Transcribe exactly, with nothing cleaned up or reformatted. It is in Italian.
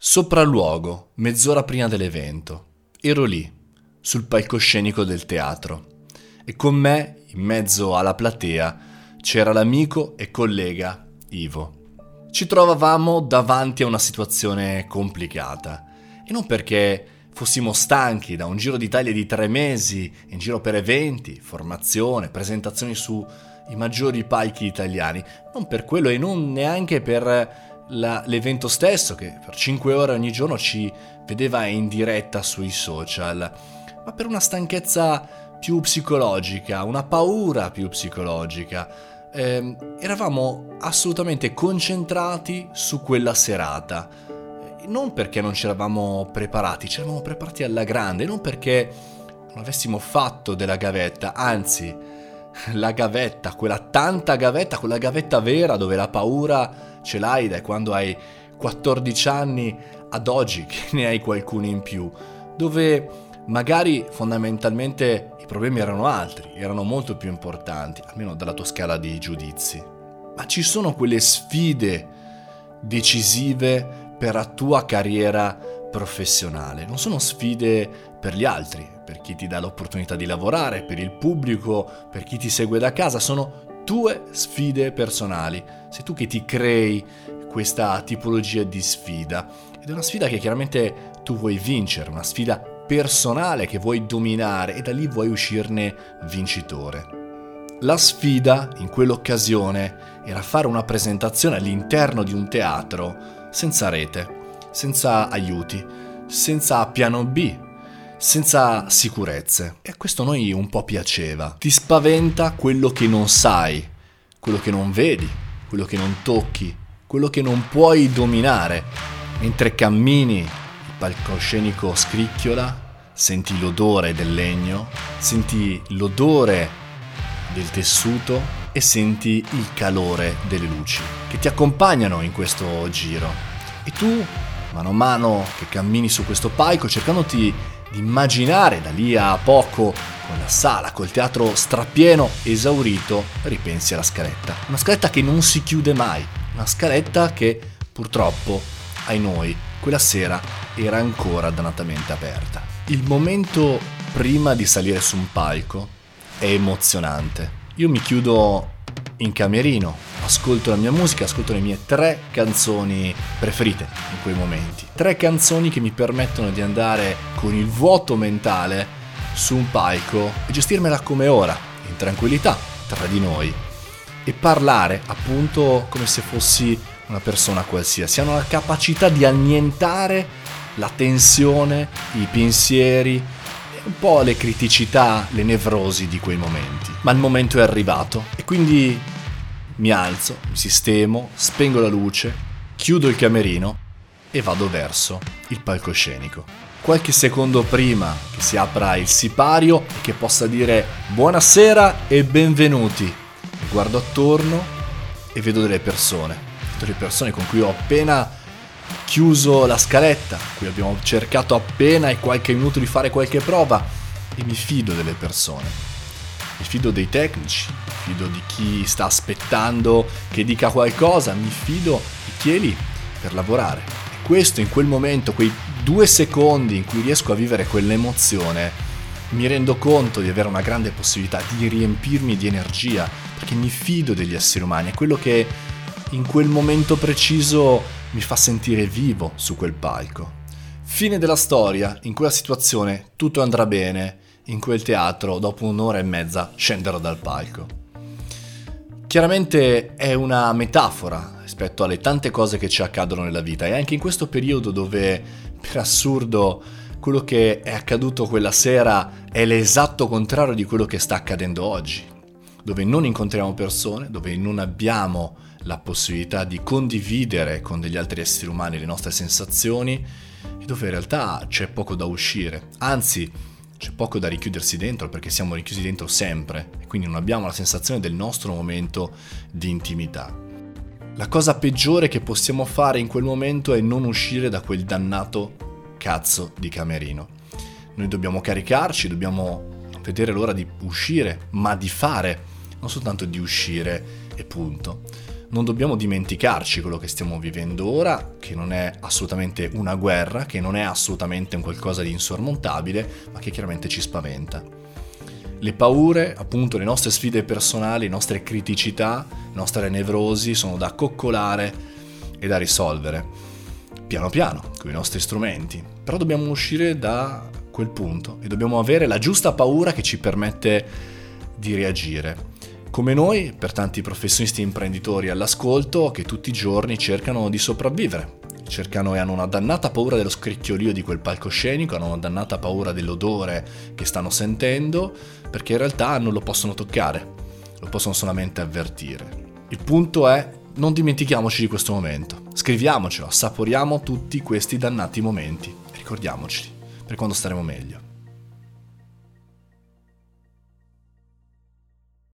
Sopralluogo, mezz'ora prima dell'evento. Ero lì, sul palcoscenico del teatro, e con me, in mezzo alla platea, c'era l'amico e collega Ivo. Ci trovavamo davanti a una situazione complicata, e non perché fossimo stanchi da un giro d'Italia di tre mesi, in giro per eventi, formazione, presentazioni sui maggiori palchi italiani, non per quello e non neanche per La, l'evento stesso, che per cinque ore ogni giorno ci vedeva in diretta sui social, ma per una stanchezza più psicologica, una paura più psicologica. Eh, eravamo assolutamente concentrati su quella serata, non perché non ci eravamo preparati, ci eravamo preparati alla grande, non perché non avessimo fatto della gavetta, anzi, la gavetta, quella tanta gavetta, quella gavetta vera dove la paura ce l'hai da quando hai quattordici anni ad oggi che ne hai qualcuno in più, dove magari fondamentalmente i problemi erano altri, erano molto più importanti, almeno dalla tua scala di giudizi. Ma ci sono quelle sfide decisive per la tua carriera professionale, non sono sfide per gli altri, per chi ti dà l'opportunità di lavorare, per il pubblico, per chi ti segue da casa, sono tue sfide personali. Sei tu che ti crei questa tipologia di sfida, ed è una sfida che chiaramente tu vuoi vincere, una sfida personale che vuoi dominare e da lì vuoi uscirne vincitore. La sfida in quell'occasione era fare una presentazione all'interno di un teatro senza rete, senza aiuti, senza piano B, senza sicurezze. E a questo a noi un po' piaceva. Ti spaventa quello che non sai, quello che non vedi, quello che non tocchi, quello che non puoi dominare. Mentre cammini, il palcoscenico scricchiola, senti l'odore del legno, senti l'odore del tessuto e senti il calore delle luci che ti accompagnano in questo giro. E tu, mano a mano che cammini su questo palco, cercandoti di immaginare da lì a poco, con la sala, col teatro strapieno, esaurito, ripensi alla scaletta. Una scaletta che non si chiude mai, una scaletta che purtroppo, ai noi, quella sera era ancora dannatamente aperta. Il momento prima di salire su un palco è emozionante. Io mi chiudo in camerino, ascolto la mia musica, ascolto le mie tre canzoni preferite in quei momenti. Tre canzoni che mi permettono di andare con il vuoto mentale su un palco e gestirmela come ora, in tranquillità, tra di noi, e parlare appunto come se fossi una persona qualsiasi. Hanno la capacità di annientare la tensione, i pensieri, un po' le criticità, le nevrosi di quei momenti. Ma il momento è arrivato e quindi mi alzo, mi sistemo, spengo la luce, chiudo il camerino e vado verso il palcoscenico. Qualche secondo prima che si apra il sipario e che possa dire buonasera e benvenuti, guardo attorno e vedo delle persone, delle persone con cui ho appena chiuso la scaletta, qui abbiamo cercato appena e qualche minuto di fare qualche prova, e mi fido delle persone, mi fido dei tecnici, mi fido di chi sta aspettando che dica qualcosa, mi fido di chi è lì per lavorare. E questo, in quel momento, quei due secondi in cui riesco a vivere quell'emozione, mi rendo conto di avere una grande possibilità di riempirmi di energia, perché mi fido degli esseri umani, è quello che in quel momento preciso mi fa sentire vivo su quel palco. Fine della storia, in quella situazione tutto andrà bene, in quel teatro dopo un'ora e mezza scenderò dal palco. Chiaramente è una metafora rispetto alle tante cose che ci accadono nella vita, e anche in questo periodo dove, per assurdo, quello che è accaduto quella sera è l'esatto contrario di quello che sta accadendo oggi, dove non incontriamo persone, dove non abbiamo la possibilità di condividere con degli altri esseri umani le nostre sensazioni, e dove in realtà c'è poco da uscire, anzi c'è poco da richiudersi dentro, perché siamo richiusi dentro sempre e quindi non abbiamo la sensazione del nostro momento di intimità. La cosa peggiore che possiamo fare in quel momento è non uscire da quel dannato cazzo di camerino. Noi dobbiamo caricarci, dobbiamo vedere l'ora di uscire, ma di fare, non soltanto di uscire e punto. non dobbiamo dimenticarci quello che stiamo vivendo ora, che non è assolutamente una guerra, che non è assolutamente un qualcosa di insormontabile, ma che chiaramente ci spaventa. Le paure, appunto, le nostre sfide personali, le nostre criticità, le nostre nevrosi sono da coccolare e da risolvere, piano piano, con i nostri strumenti. Però dobbiamo uscire da quel punto e dobbiamo avere la giusta paura che ci permette di reagire. Come noi, per tanti professionisti e imprenditori all'ascolto che tutti i giorni cercano di sopravvivere, cercano e hanno una dannata paura dello scricchiolio di quel palcoscenico, hanno una dannata paura dell'odore che stanno sentendo, perché in realtà non lo possono toccare, lo possono solamente avvertire. Il punto è, non dimentichiamoci di questo momento, scriviamocelo, assaporiamo tutti questi dannati momenti, ricordiamoceli, per quando staremo meglio.